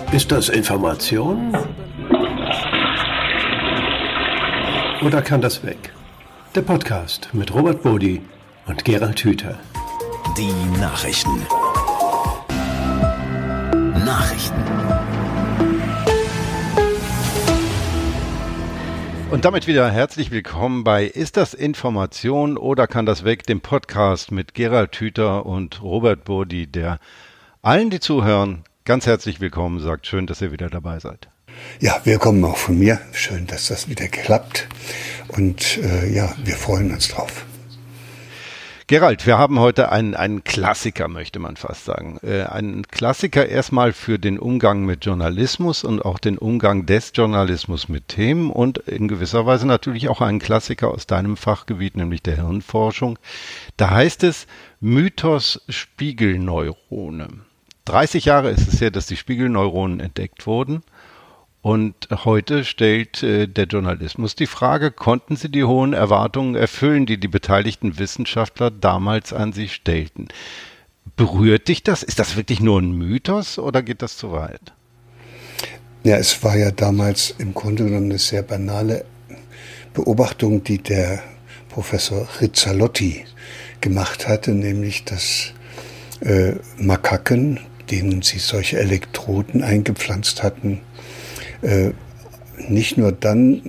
Ist das Information? Oder kann das weg? Der Podcast mit Robert Bodi und Gerald Hüther. Die Nachrichten. Und damit wieder herzlich willkommen bei Ist das Information oder kann das weg? Dem Podcast mit Gerald Hüther und Robert Bodi, der allen, die zuhören, ganz herzlich willkommen sagt. Schön, dass ihr wieder dabei seid. Ja, willkommen auch von mir. Schön, dass das wieder klappt. Und wir freuen uns drauf. Gerald, wir haben heute einen Klassiker, möchte man fast sagen. Einen Klassiker erstmal für den Umgang mit Journalismus und auch den Umgang des Journalismus mit Themen und in gewisser Weise natürlich auch einen Klassiker aus deinem Fachgebiet, nämlich der Hirnforschung. Da heißt es Mythos Spiegelneurone. 30 Jahre ist es her, dass die Spiegelneuronen entdeckt wurden. Und heute stellt der Journalismus die Frage, konnten sie die hohen Erwartungen erfüllen, die die beteiligten Wissenschaftler damals an sie stellten? Berührt dich das? Ist das wirklich nur ein Mythos oder geht das zu weit? Ja, es war ja damals im Grunde genommen eine sehr banale Beobachtung, die der Professor Rizzalotti gemacht hatte, nämlich dass Makaken, denen sie solche Elektroden eingepflanzt hatten, nicht nur dann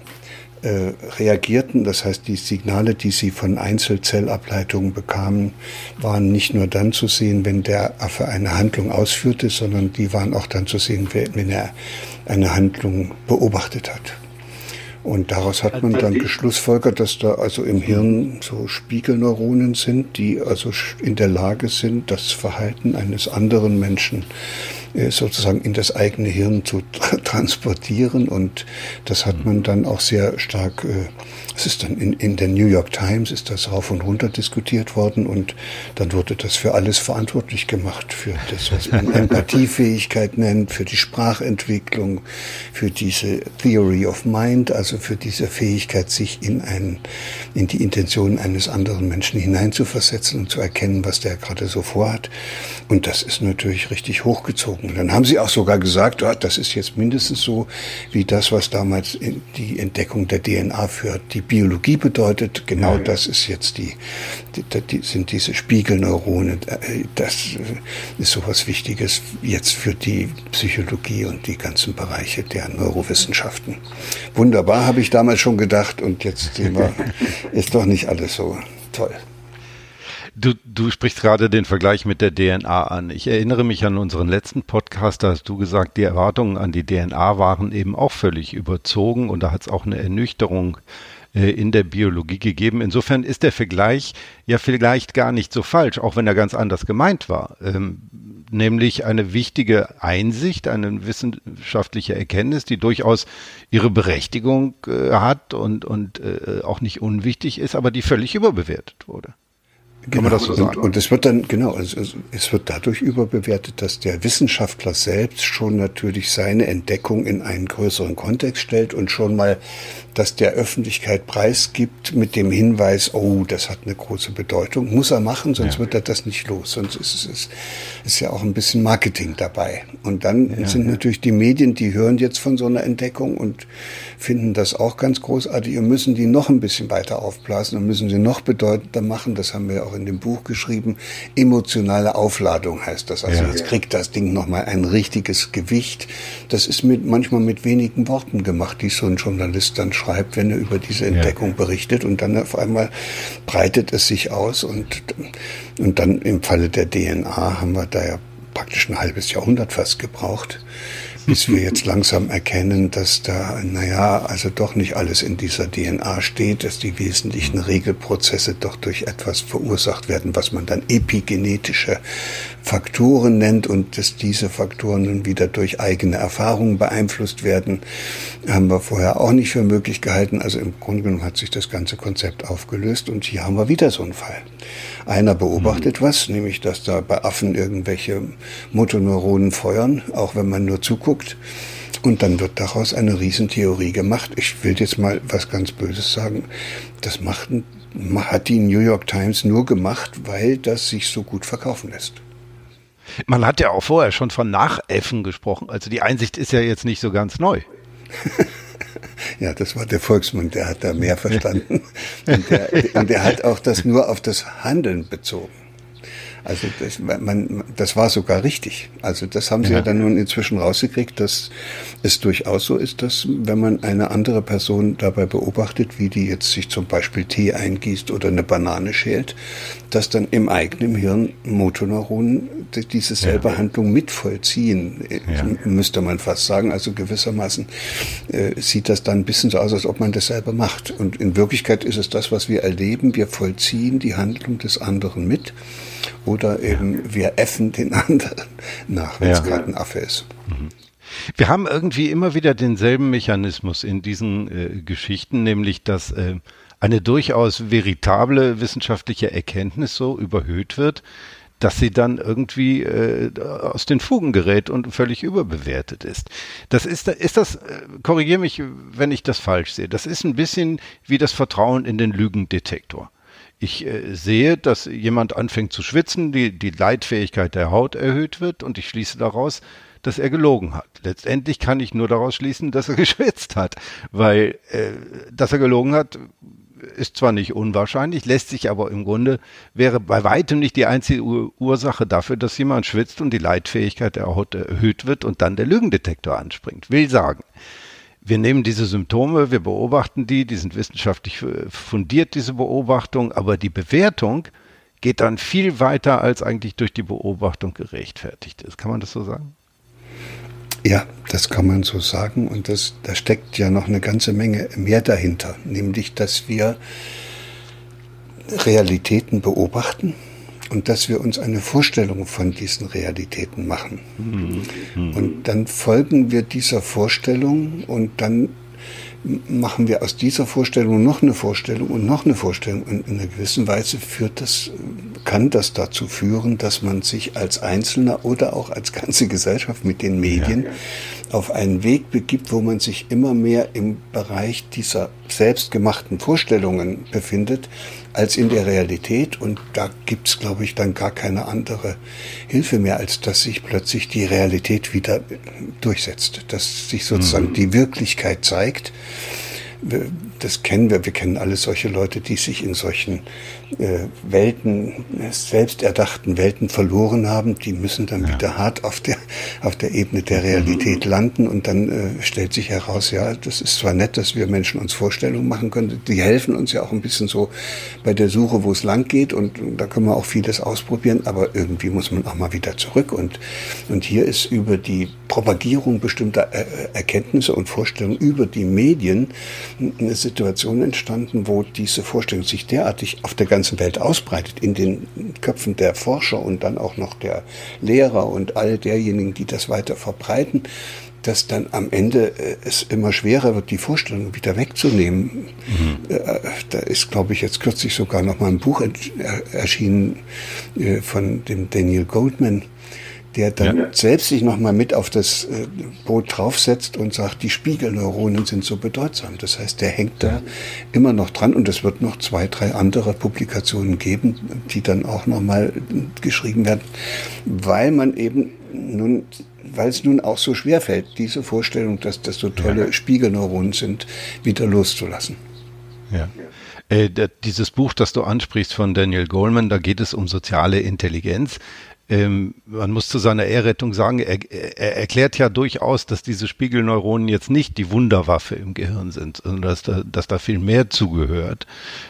reagierten, das heißt die Signale, die sie von Einzelzellableitungen bekamen, waren nicht nur dann zu sehen, wenn der Affe eine Handlung ausführte, sondern die waren auch dann zu sehen, wenn er eine Handlung beobachtet hat. Und daraus hat man dann geschlussfolgert, dass da also im Hirn so Spiegelneuronen sind, die also in der Lage sind, das Verhalten eines anderen Menschen sozusagen in das eigene Hirn zu transportieren. Und das hat man dann auch sehr stark, es ist dann in der New York Times ist das rauf und runter diskutiert worden und dann wurde das für alles verantwortlich gemacht, für das, was man Empathiefähigkeit nennt, für die Sprachentwicklung, für diese Theory of Mind, also für diese Fähigkeit, sich in die Intention eines anderen Menschen hineinzuversetzen und zu erkennen, was der gerade so vorhat. Und das ist natürlich richtig hochgezogen. Und dann haben sie auch sogar gesagt, das ist jetzt mindestens so wie das, was damals die Entdeckung der DNA für die Biologie bedeutet. Genau das ist jetzt sind diese Spiegelneuronen. Das ist sowas Wichtiges jetzt für die Psychologie und die ganzen Bereiche der Neurowissenschaften. Wunderbar, habe ich damals schon gedacht und jetzt sehen wir, ist doch nicht alles so toll. Du sprichst gerade den Vergleich mit der DNA an. Ich erinnere mich an unseren letzten Podcast, da hast du gesagt, die Erwartungen an die DNA waren eben auch völlig überzogen und da hat es auch eine Ernüchterung in der Biologie gegeben. Insofern ist der Vergleich ja vielleicht gar nicht so falsch, auch wenn er ganz anders gemeint war. Nämlich eine wichtige Einsicht, eine wissenschaftliche Erkenntnis, die durchaus ihre Berechtigung hat und auch nicht unwichtig ist, aber die völlig überbewertet wurde. Kann man das so sagen? Und es wird dann, es wird dadurch überbewertet, dass der Wissenschaftler selbst schon natürlich seine Entdeckung in einen größeren Kontext stellt und schon mal das der Öffentlichkeit preisgibt mit dem Hinweis, das hat eine große Bedeutung. Muss er machen, sonst wird er das nicht los. Sonst ist ja auch ein bisschen Marketing dabei. Und dann sind natürlich die Medien, die hören jetzt von so einer Entdeckung und finden das auch ganz großartig und müssen die noch ein bisschen weiter aufblasen und müssen sie noch bedeutender machen. Das haben wir ja auch in dem Buch geschrieben. Emotionale Aufladung heißt das. Also jetzt kriegt das Ding nochmal ein richtiges Gewicht. Das ist manchmal mit wenigen Worten gemacht, die so ein Journalist dann schreibt, wenn er über diese Entdeckung berichtet und dann auf einmal breitet es sich aus und dann im Falle der DNA haben wir da ja praktisch ein halbes Jahrhundert fast gebraucht, bis wir jetzt langsam erkennen, dass da, also doch nicht alles in dieser DNA steht, dass die wesentlichen Regelprozesse doch durch etwas verursacht werden, was man dann epigenetische Faktoren nennt und dass diese Faktoren nun wieder durch eigene Erfahrungen beeinflusst werden, haben wir vorher auch nicht für möglich gehalten. Also im Grunde genommen hat sich das ganze Konzept aufgelöst und hier haben wir wieder so einen Fall. Einer beobachtet was, nämlich dass da bei Affen irgendwelche Motoneuronen feuern, auch wenn man nur zuguckt. Und dann wird daraus eine Riesentheorie gemacht. Ich will jetzt mal was ganz Böses sagen. Das hat die New York Times nur gemacht, weil das sich so gut verkaufen lässt. Man hat ja auch vorher schon von Nachäffen gesprochen. Also die Einsicht ist ja jetzt nicht so ganz neu. Ja, das war der Volksmund, der hat da mehr verstanden. Und der hat auch das nur auf das Handeln bezogen. Also das war sogar richtig. Also das haben sie ja dann nun inzwischen rausgekriegt, dass es durchaus so ist, dass wenn man eine andere Person dabei beobachtet, wie die jetzt sich zum Beispiel Tee eingießt oder eine Banane schält, dass dann im eigenen Hirn Motoneuronen diese selbe Handlung mitvollziehen, müsste man fast sagen. Also gewissermaßen sieht das dann ein bisschen so aus, als ob man das selber macht. Und in Wirklichkeit ist es das, was wir erleben. Wir vollziehen die Handlung des anderen mit. Oder eben wir äffen den anderen nach, wenn es gerade ein Affe ist. Wir haben irgendwie immer wieder denselben Mechanismus in diesen Geschichten, nämlich dass eine durchaus veritable wissenschaftliche Erkenntnis so überhöht wird, dass sie dann irgendwie aus den Fugen gerät und völlig überbewertet ist. Das ist das, korrigiere mich, wenn ich das falsch sehe, das ist ein bisschen wie das Vertrauen in den Lügendetektor. Ich sehe, dass jemand anfängt zu schwitzen, die Leitfähigkeit der Haut erhöht wird und ich schließe daraus, dass er gelogen hat. Letztendlich kann ich nur daraus schließen, dass er geschwitzt hat, weil dass er gelogen hat, ist zwar nicht unwahrscheinlich, lässt sich aber im Grunde, wäre bei weitem nicht die einzige Ursache dafür, dass jemand schwitzt und die Leitfähigkeit der Haut erhöht wird und dann der Lügendetektor anspringt. Will sagen, wir nehmen diese Symptome, wir beobachten die sind wissenschaftlich fundiert, diese Beobachtung, aber die Bewertung geht dann viel weiter, als eigentlich durch die Beobachtung gerechtfertigt ist. Kann man das so sagen? Ja, das kann man so sagen und da steckt ja noch eine ganze Menge mehr dahinter, nämlich, dass wir Realitäten beobachten und dass wir uns eine Vorstellung von diesen Realitäten machen. Und dann folgen wir dieser Vorstellung und dann machen wir aus dieser Vorstellung noch eine Vorstellung und noch eine Vorstellung. Und in einer gewissen Weise kann das dazu führen, dass man sich als Einzelner oder auch als ganze Gesellschaft mit den Medien auf einen Weg begibt, wo man sich immer mehr im Bereich dieser selbstgemachten Vorstellungen befindet, als in der Realität. Und da gibt's, glaube ich, dann gar keine andere Hilfe mehr, als dass sich plötzlich die Realität wieder durchsetzt, dass sich sozusagen die Wirklichkeit zeigt. Das kennen wir kennen alle solche Leute, die sich in solchen selbsterdachten Welten verloren haben, die müssen dann wieder hart auf der Ebene der Realität landen und dann stellt sich heraus, ja, das ist zwar nett, dass wir Menschen uns Vorstellungen machen können, die helfen uns ja auch ein bisschen so bei der Suche, wo es lang geht und da können wir auch vieles ausprobieren, aber irgendwie muss man auch mal wieder zurück und hier ist über die Propagierung bestimmter Erkenntnisse und Vorstellungen über die Medien eine Situation entstanden, wo diese Vorstellung sich derartig auf der ganzen Welt ausbreitet, in den Köpfen der Forscher und dann auch noch der Lehrer und all derjenigen, die das weiter verbreiten, dass dann am Ende es immer schwerer wird, die Vorstellung wieder wegzunehmen. Da ist, glaube ich, jetzt kürzlich sogar noch mal ein Buch erschienen von dem Daniel Goleman, der dann selbst sich nochmal mit auf das Boot draufsetzt und sagt, die Spiegelneuronen sind so bedeutsam. Das heißt, der hängt da immer noch dran und es wird noch 2, 3 andere Publikationen geben, die dann auch nochmal geschrieben werden, weil es nun auch so schwer fällt, diese Vorstellung, dass das so tolle Spiegelneuronen sind, wieder loszulassen. Ja. Dieses Buch, das du ansprichst von Daniel Goleman, da geht es um soziale Intelligenz. Man muss zu seiner Ehrrettung sagen, er erklärt ja durchaus, dass diese Spiegelneuronen jetzt nicht die Wunderwaffe im Gehirn sind, sondern dass da viel mehr zugehört.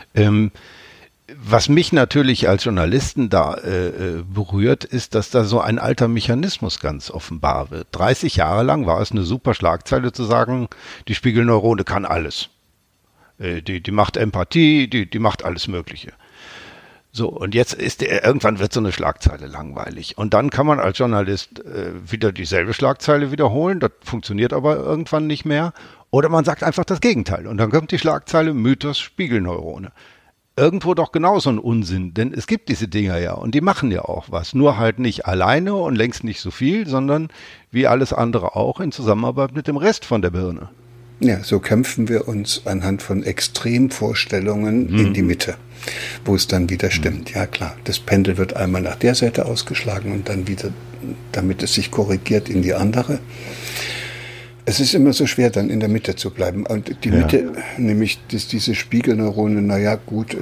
Was mich natürlich als Journalisten da berührt, ist, dass da so ein alter Mechanismus ganz offenbar wird. 30 Jahre lang war es eine super Schlagzeile zu sagen, die Spiegelneurone kann alles. Die macht Empathie, die macht alles Mögliche. So, und jetzt irgendwann wird so eine Schlagzeile langweilig. Und dann kann man als Journalist wieder dieselbe Schlagzeile wiederholen, das funktioniert aber irgendwann nicht mehr. Oder man sagt einfach das Gegenteil. Und dann kommt die Schlagzeile Mythos Spiegelneurone. Irgendwo doch genauso ein Unsinn, denn es gibt diese Dinger ja und die machen ja auch was. Nur halt nicht alleine und längst nicht so viel, sondern wie alles andere auch in Zusammenarbeit mit dem Rest von der Birne. Ja, so kämpfen wir uns anhand von Extremvorstellungen in die Mitte, wo es dann wieder stimmt. Ja klar, das Pendel wird einmal nach der Seite ausgeschlagen und dann wieder, damit es sich korrigiert, in die andere. Es ist immer so schwer, dann in der Mitte zu bleiben. Und die Mitte, nämlich diese Spiegelneurone, naja gut,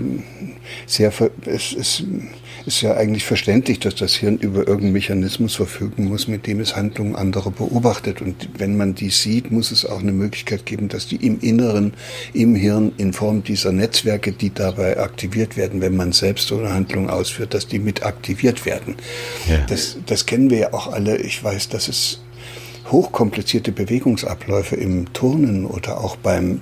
es ist ja eigentlich verständlich, dass das Hirn über irgendeinen Mechanismus verfügen muss, mit dem es Handlungen anderer beobachtet. Und wenn man die sieht, muss es auch eine Möglichkeit geben, dass die im Inneren, im Hirn, in Form dieser Netzwerke, die dabei aktiviert werden, wenn man selbst so eine Handlung ausführt, dass die mit aktiviert werden. Ja. Das kennen wir ja auch alle. Ich weiß, dass es hochkomplizierte Bewegungsabläufe im Turnen oder auch beim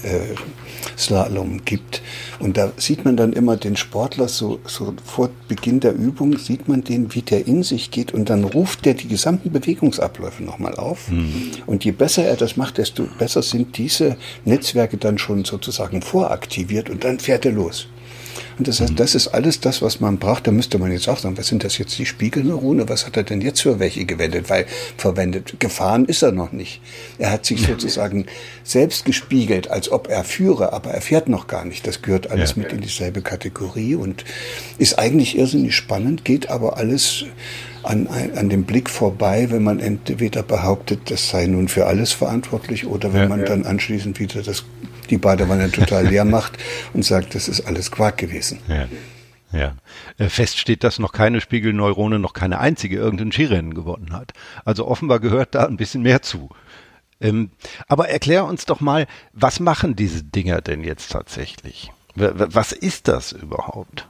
Skislalom gibt. Und da sieht man dann immer den Sportler so vor Beginn der Übung, sieht man den, wie der in sich geht und dann ruft der die gesamten Bewegungsabläufe nochmal auf. Und je besser er das macht, desto besser sind diese Netzwerke dann schon sozusagen voraktiviert und dann fährt er los. Und das heißt, das ist alles das, was man braucht. Da müsste man jetzt auch sagen, was sind das jetzt die Spiegelneurone? Was hat er denn jetzt für welche verwendet? Gefahren ist er noch nicht. Er hat sich sozusagen selbst gespiegelt, als ob er führe, aber er fährt noch gar nicht. Das gehört alles mit in dieselbe Kategorie und ist eigentlich irrsinnig spannend, geht aber alles an dem Blick vorbei, wenn man entweder behauptet, das sei nun für alles verantwortlich oder wenn man dann anschließend wieder die Badewanne total leer macht und sagt, das ist alles Quark gewesen. Ja. Fest steht, dass noch keine Spiegelneurone, noch keine einzige irgendein Skirennen gewonnen hat. Also offenbar gehört da ein bisschen mehr zu. Aber erklär uns doch mal, was machen diese Dinger denn jetzt tatsächlich? Was ist das überhaupt?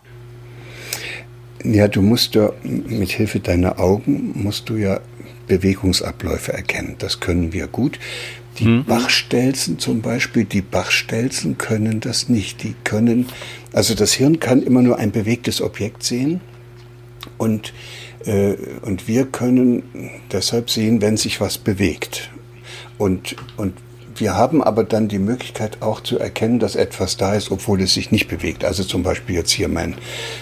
Ja, du musst ja mit Hilfe deiner Augen Bewegungsabläufe erkennen. Das können wir gut. Die Bachstelzen zum Beispiel, können das nicht. Also das Hirn kann immer nur ein bewegtes Objekt sehen und wir können deshalb sehen, wenn sich was bewegt. Und wir haben aber dann die Möglichkeit auch zu erkennen, dass etwas da ist, obwohl es sich nicht bewegt. Also zum Beispiel jetzt hier mein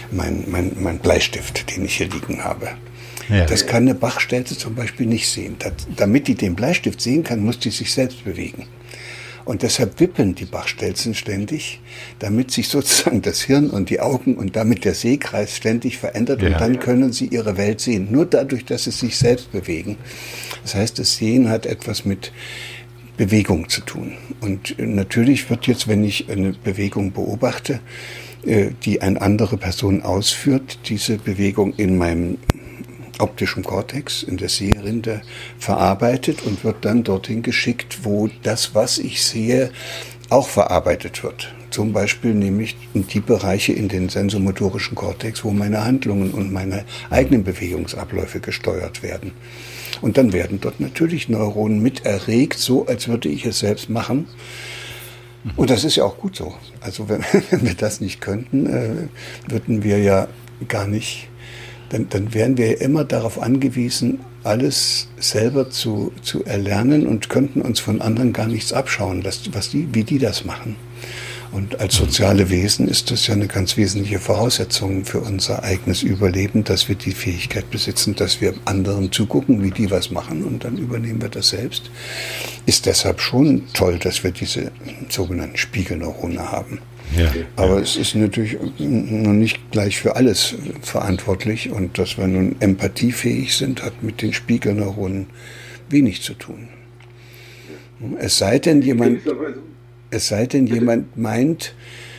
Bleistift, den ich hier liegen habe. Ja. Das kann eine Bachstelze zum Beispiel nicht sehen. Damit die den Bleistift sehen kann, muss die sich selbst bewegen. Und deshalb wippen die Bachstelzen ständig, damit sich sozusagen das Hirn und die Augen und damit der Sehkreis ständig verändert und dann können sie ihre Welt sehen. Nur dadurch, dass sie sich selbst bewegen. Das heißt, das Sehen hat etwas mit Bewegung zu tun. Und natürlich wird jetzt, wenn ich eine Bewegung beobachte, die eine andere Person ausführt, diese Bewegung in meinem optischen Kortex, in der Sehrinde verarbeitet und wird dann dorthin geschickt, wo das, was ich sehe, auch verarbeitet wird. Zum Beispiel nämlich in die Bereiche in den sensomotorischen Kortex, wo meine Handlungen und meine eigenen Bewegungsabläufe gesteuert werden. Und dann werden dort natürlich Neuronen mit erregt, so als würde ich es selbst machen. Und das ist ja auch gut so. Also wenn wir das nicht könnten, würden wir ja gar nicht, dann wären wir immer darauf angewiesen, alles selber zu erlernen und könnten uns von anderen gar nichts abschauen, wie die das machen. Und als soziale Wesen ist das ja eine ganz wesentliche Voraussetzung für unser eigenes Überleben, dass wir die Fähigkeit besitzen, dass wir anderen zugucken, wie die was machen und dann übernehmen wir das selbst. Ist deshalb schon toll, dass wir diese sogenannten Spiegelneurone haben. Ja, aber es ist natürlich noch nicht gleich für alles verantwortlich und dass wir nun empathiefähig sind, hat mit den Spiegelneuronen wenig zu tun. Es sei denn, jemand meint,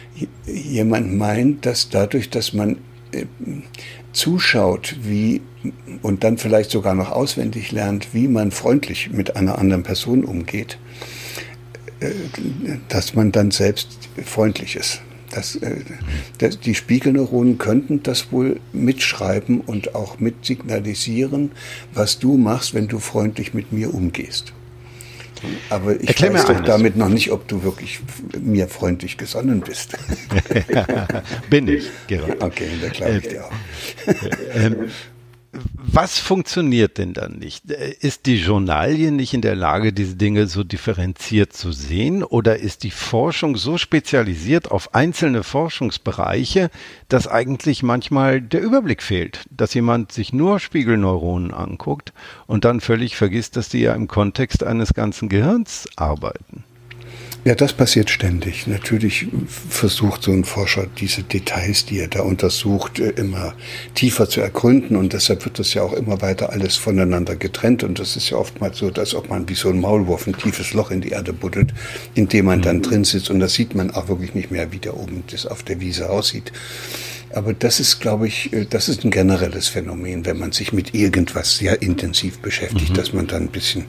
dass dadurch, dass man zuschaut, und dann vielleicht sogar noch auswendig lernt, wie man freundlich mit einer anderen Person umgeht, dass man dann selbst freundlich ist. Die Spiegelneuronen könnten das wohl mitschreiben und auch mit signalisieren, was du machst, wenn du freundlich mit mir umgehst. Aber ich weiß doch damit noch nicht, ob du wirklich mir freundlich gesonnen bist. Bin ich, Gerald. Okay, da glaube ich dir auch. Was funktioniert denn dann nicht? Ist die Journalie nicht in der Lage, diese Dinge so differenziert zu sehen? Oder ist die Forschung so spezialisiert auf einzelne Forschungsbereiche, dass eigentlich manchmal der Überblick fehlt? Dass jemand sich nur Spiegelneuronen anguckt und dann völlig vergisst, dass die ja im Kontext eines ganzen Gehirns arbeiten? Ja, das passiert ständig. Natürlich versucht so ein Forscher, diese Details, die er da untersucht, immer tiefer zu ergründen, und deshalb wird das ja auch immer weiter alles voneinander getrennt, und das ist ja oftmals so, als ob man wie so ein Maulwurf ein tiefes Loch in die Erde buddelt, in dem man dann drin sitzt, und das sieht man auch wirklich nicht mehr, wie da oben das auf der Wiese aussieht. Aber das ist, glaube ich, das ist ein generelles Phänomen, wenn man sich mit irgendwas sehr intensiv beschäftigt, dass man dann ein bisschen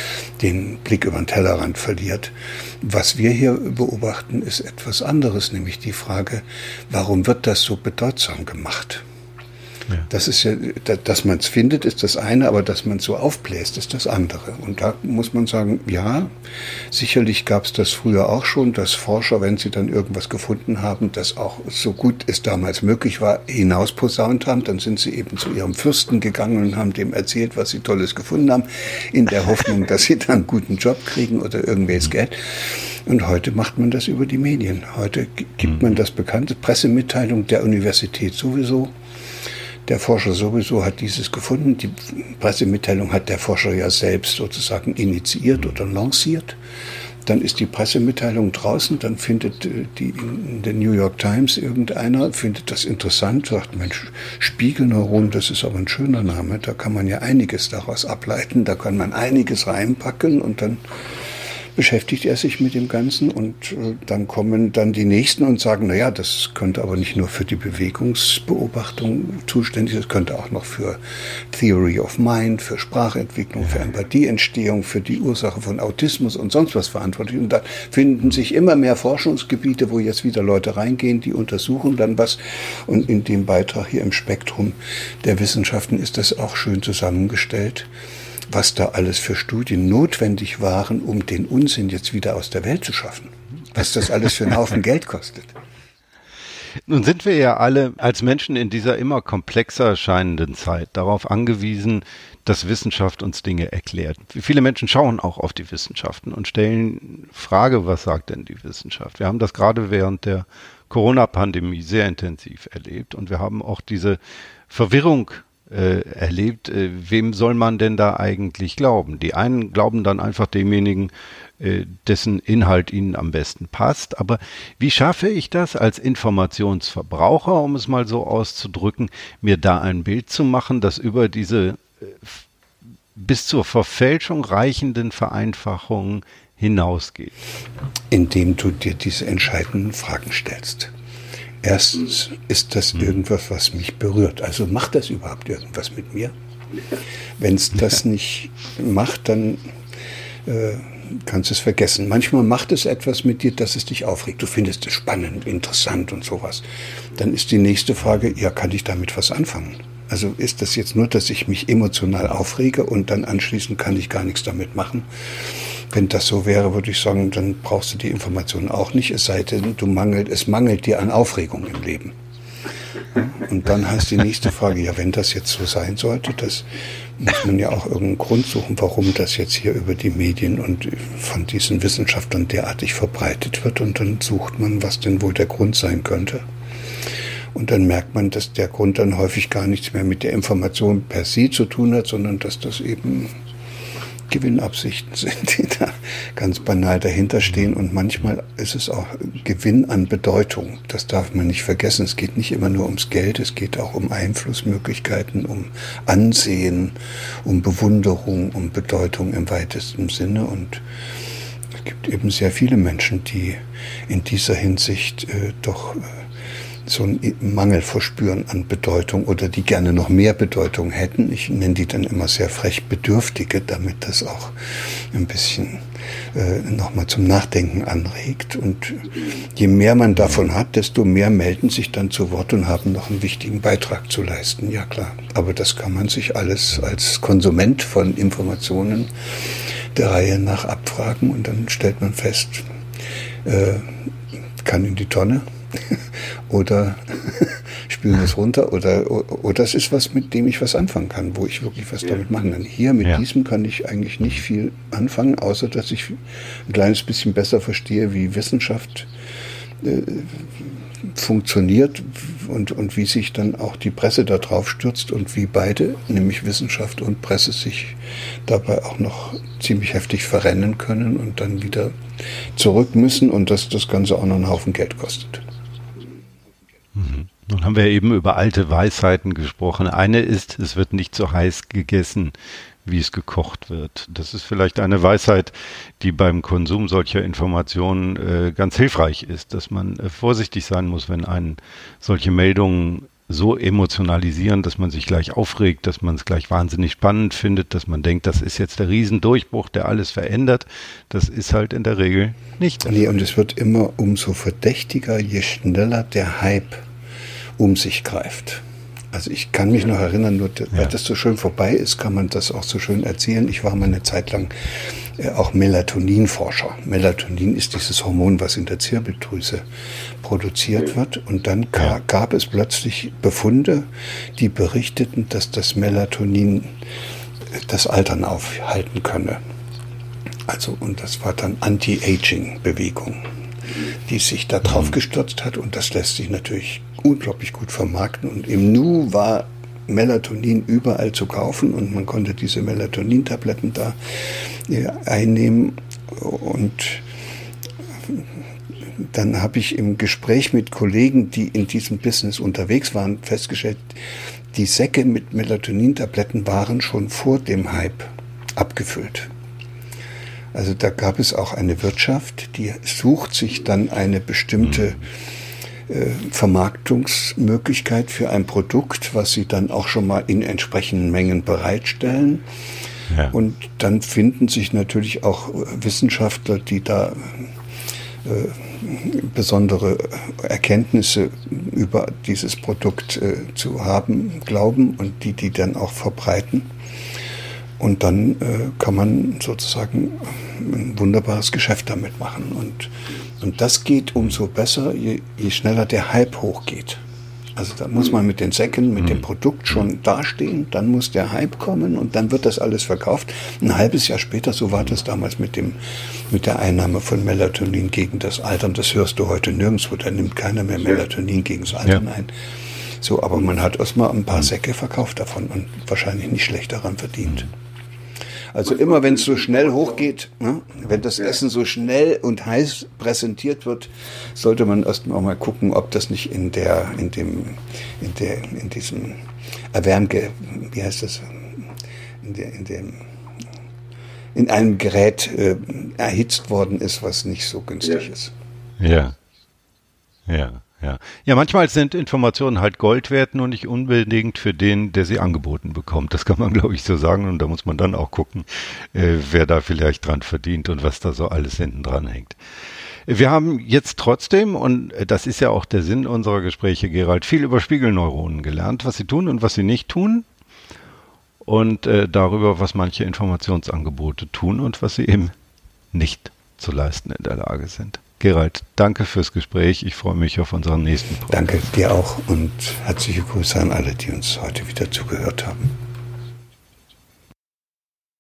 den Blick über den Tellerrand verliert. Was wir hier beobachten, ist etwas anderes, nämlich die Frage, warum wird das so bedeutsam gemacht? Ja. Das ist ja, dass man es findet, ist das eine, aber dass man es so aufbläst, ist das andere. Und da muss man sagen, ja, sicherlich gab es das früher auch schon, dass Forscher, wenn sie dann irgendwas gefunden haben, das auch so gut es damals möglich war, hinausposaunt haben. Dann sind sie eben zu ihrem Fürsten gegangen und haben dem erzählt, was sie Tolles gefunden haben, in der Hoffnung, dass sie dann einen guten Job kriegen oder irgendwelches Geld. Und heute macht man das über die Medien. Heute gibt man das bekannte Pressemitteilung der Universität sowieso. Der Forscher sowieso hat dieses gefunden. Die Pressemitteilung hat der Forscher ja selbst sozusagen initiiert oder lanciert. Dann ist die Pressemitteilung draußen, dann findet die in der New York Times irgendeiner, findet das interessant, sagt, Mensch, Spiegelneuron, das ist aber ein schöner Name, da kann man ja einiges daraus ableiten, da kann man einiges reinpacken, und dann beschäftigt er sich mit dem Ganzen, und dann kommen dann die Nächsten und sagen, naja, das könnte aber nicht nur für die Bewegungsbeobachtung zuständig sein, das könnte auch noch für Theory of Mind, für Sprachentwicklung, für Empathieentstehung, für die Ursache von Autismus und sonst was verantwortlich. Und da finden sich immer mehr Forschungsgebiete, wo jetzt wieder Leute reingehen, die untersuchen dann was. Und in dem Beitrag hier im Spektrum der Wissenschaften ist das auch schön zusammengestellt, was da alles für Studien notwendig waren, um den Unsinn jetzt wieder aus der Welt zu schaffen. Was das alles für einen Haufen Geld kostet. Nun sind wir ja alle als Menschen in dieser immer komplexer erscheinenden Zeit darauf angewiesen, dass Wissenschaft uns Dinge erklärt. Viele Menschen schauen auch auf die Wissenschaften und stellen Frage, was sagt denn die Wissenschaft? Wir haben das gerade während der Corona-Pandemie sehr intensiv erlebt, und wir haben auch diese Verwirrung erlebt, wem soll man denn da eigentlich glauben? Die einen glauben dann einfach demjenigen, dessen Inhalt ihnen am besten passt. Aber wie schaffe ich das als Informationsverbraucher, um es mal so auszudrücken, mir da ein Bild zu machen, das über diese bis zur Verfälschung reichenden Vereinfachungen hinausgeht? Indem du dir diese entscheidenden Fragen stellst. Erstens, ist das irgendwas, was mich berührt? Also macht das überhaupt irgendwas mit mir? Wenn es das nicht macht, dann kannst du es vergessen. Manchmal macht es etwas mit dir, dass es dich aufregt. Du findest es spannend, interessant und sowas. Dann ist die nächste Frage, ja, kann ich damit was anfangen? Also ist das jetzt nur, dass ich mich emotional aufrege und dann anschließend kann ich gar nichts damit machen? Wenn das so wäre, würde ich sagen, dann brauchst du die Informationen auch nicht, es sei denn, es mangelt dir an Aufregung im Leben. Und dann heißt die nächste Frage, ja, wenn das jetzt so sein sollte, das muss man ja auch irgendeinen Grund suchen, warum das jetzt hier über die Medien und von diesen Wissenschaftlern derartig verbreitet wird, und dann sucht man, was denn wohl der Grund sein könnte. Und dann merkt man, dass der Grund dann häufig gar nichts mehr mit der Information per se zu tun hat, sondern dass das eben Gewinnabsichten sind, die da ganz banal dahinter stehen. Und manchmal ist es auch Gewinn an Bedeutung. Das darf man nicht vergessen. Es geht nicht immer nur ums Geld, es geht auch um Einflussmöglichkeiten, um Ansehen, um Bewunderung, um Bedeutung im weitesten Sinne. Und es gibt eben sehr viele Menschen, die in dieser Hinsicht doch so einen Mangel verspüren an Bedeutung oder die gerne noch mehr Bedeutung hätten. Ich nenne die dann immer sehr frech Bedürftige, damit das auch ein bisschen nochmal zum Nachdenken anregt. Und je mehr man davon hat, desto mehr melden sich dann zu Wort und haben noch einen wichtigen Beitrag zu leisten. Ja klar, aber das kann man sich alles als Konsument von Informationen der Reihe nach abfragen, und dann stellt man fest, kann in die Tonne. Oder spülen es runter, oder es ist was, mit dem ich was anfangen kann, wo ich wirklich was damit machen kann. Hier mit diesem kann ich eigentlich nicht viel anfangen, außer dass ich ein kleines bisschen besser verstehe, wie Wissenschaft funktioniert und wie sich dann auch die Presse da drauf stürzt und wie beide, nämlich Wissenschaft und Presse, sich dabei auch noch ziemlich heftig verrennen können und dann wieder zurück müssen und dass das Ganze auch noch einen Haufen Geld kostet. Nun haben wir eben über alte Weisheiten gesprochen. Eine ist, es wird nicht so heiß gegessen, wie es gekocht wird. Das ist vielleicht eine Weisheit, die beim Konsum solcher Informationen ganz hilfreich ist, dass man vorsichtig sein muss, wenn einen solche Meldungen so emotionalisieren, dass man sich gleich aufregt, dass man es gleich wahnsinnig spannend findet, dass man denkt, das ist jetzt der Riesendurchbruch, der alles verändert. Das ist halt in der Regel nicht. Nee, und es wird immer umso verdächtiger, je schneller der Hype um sich greift. Also ich kann mich noch erinnern, nur weil das so schön vorbei ist, kann man das auch so schön erzählen. Ich war mal eine Zeit lang auch Melatoninforscher. Melatonin ist dieses Hormon, was in der Zirbeldrüse produziert wird. Und dann gab es plötzlich Befunde, die berichteten, dass das Melatonin das Altern aufhalten könne. Also, und das war dann Anti-Aging-Bewegung, die sich da drauf gestürzt hat. Und das lässt sich natürlich unglaublich gut vermarkten. Und im Nu war Melatonin überall zu kaufen und man konnte diese Melatonin-Tabletten da einnehmen. Und dann habe ich im Gespräch mit Kollegen, die in diesem Business unterwegs waren, festgestellt, die Säcke mit Melatonin-Tabletten waren schon vor dem Hype abgefüllt. Also da gab es auch eine Wirtschaft, die sucht sich dann eine bestimmte Vermarktungsmöglichkeit für ein Produkt, was sie dann auch schon mal in entsprechenden Mengen bereitstellen. Ja. Und dann finden sich natürlich auch Wissenschaftler, die da besondere Erkenntnisse über dieses Produkt zu haben, glauben und die dann auch verbreiten. Und dann kann man sozusagen ein wunderbares Geschäft damit machen. Und das geht umso besser, je schneller der Hype hochgeht. Also da muss man mit den Säcken, mit dem Produkt schon dastehen, dann muss der Hype kommen und dann wird das alles verkauft. Ein halbes Jahr später, so war das damals mit der Einnahme von Melatonin gegen das Altern. Das hörst du heute nirgendwo, da nimmt keiner mehr Melatonin gegen das Altern ein. So, aber man hat erstmal ein paar Säcke verkauft davon und wahrscheinlich nicht schlecht daran verdient. Also immer wenn es so schnell hochgeht, ne, wenn das Essen so schnell und heiß präsentiert wird, sollte man erst mal gucken, ob das nicht in diesem wie heißt das, in einem Gerät erhitzt worden ist, was nicht so günstig ist. Ja. Ja, manchmal sind Informationen halt Gold wert, nur nicht unbedingt für den, der sie angeboten bekommt. Das kann man, glaube ich, so sagen. Und da muss man dann auch gucken, wer da vielleicht dran verdient und was da so alles hinten dran hängt. Wir haben jetzt trotzdem, und das ist ja auch der Sinn unserer Gespräche, Gerald, viel über Spiegelneuronen gelernt, was sie tun und was sie nicht tun. Und darüber, was manche Informationsangebote tun und was sie eben nicht zu leisten in der Lage sind. Gerald, danke fürs Gespräch. Ich freue mich auf unseren nächsten Podcast. Danke dir auch und herzliche Grüße an alle, die uns heute wieder zugehört haben.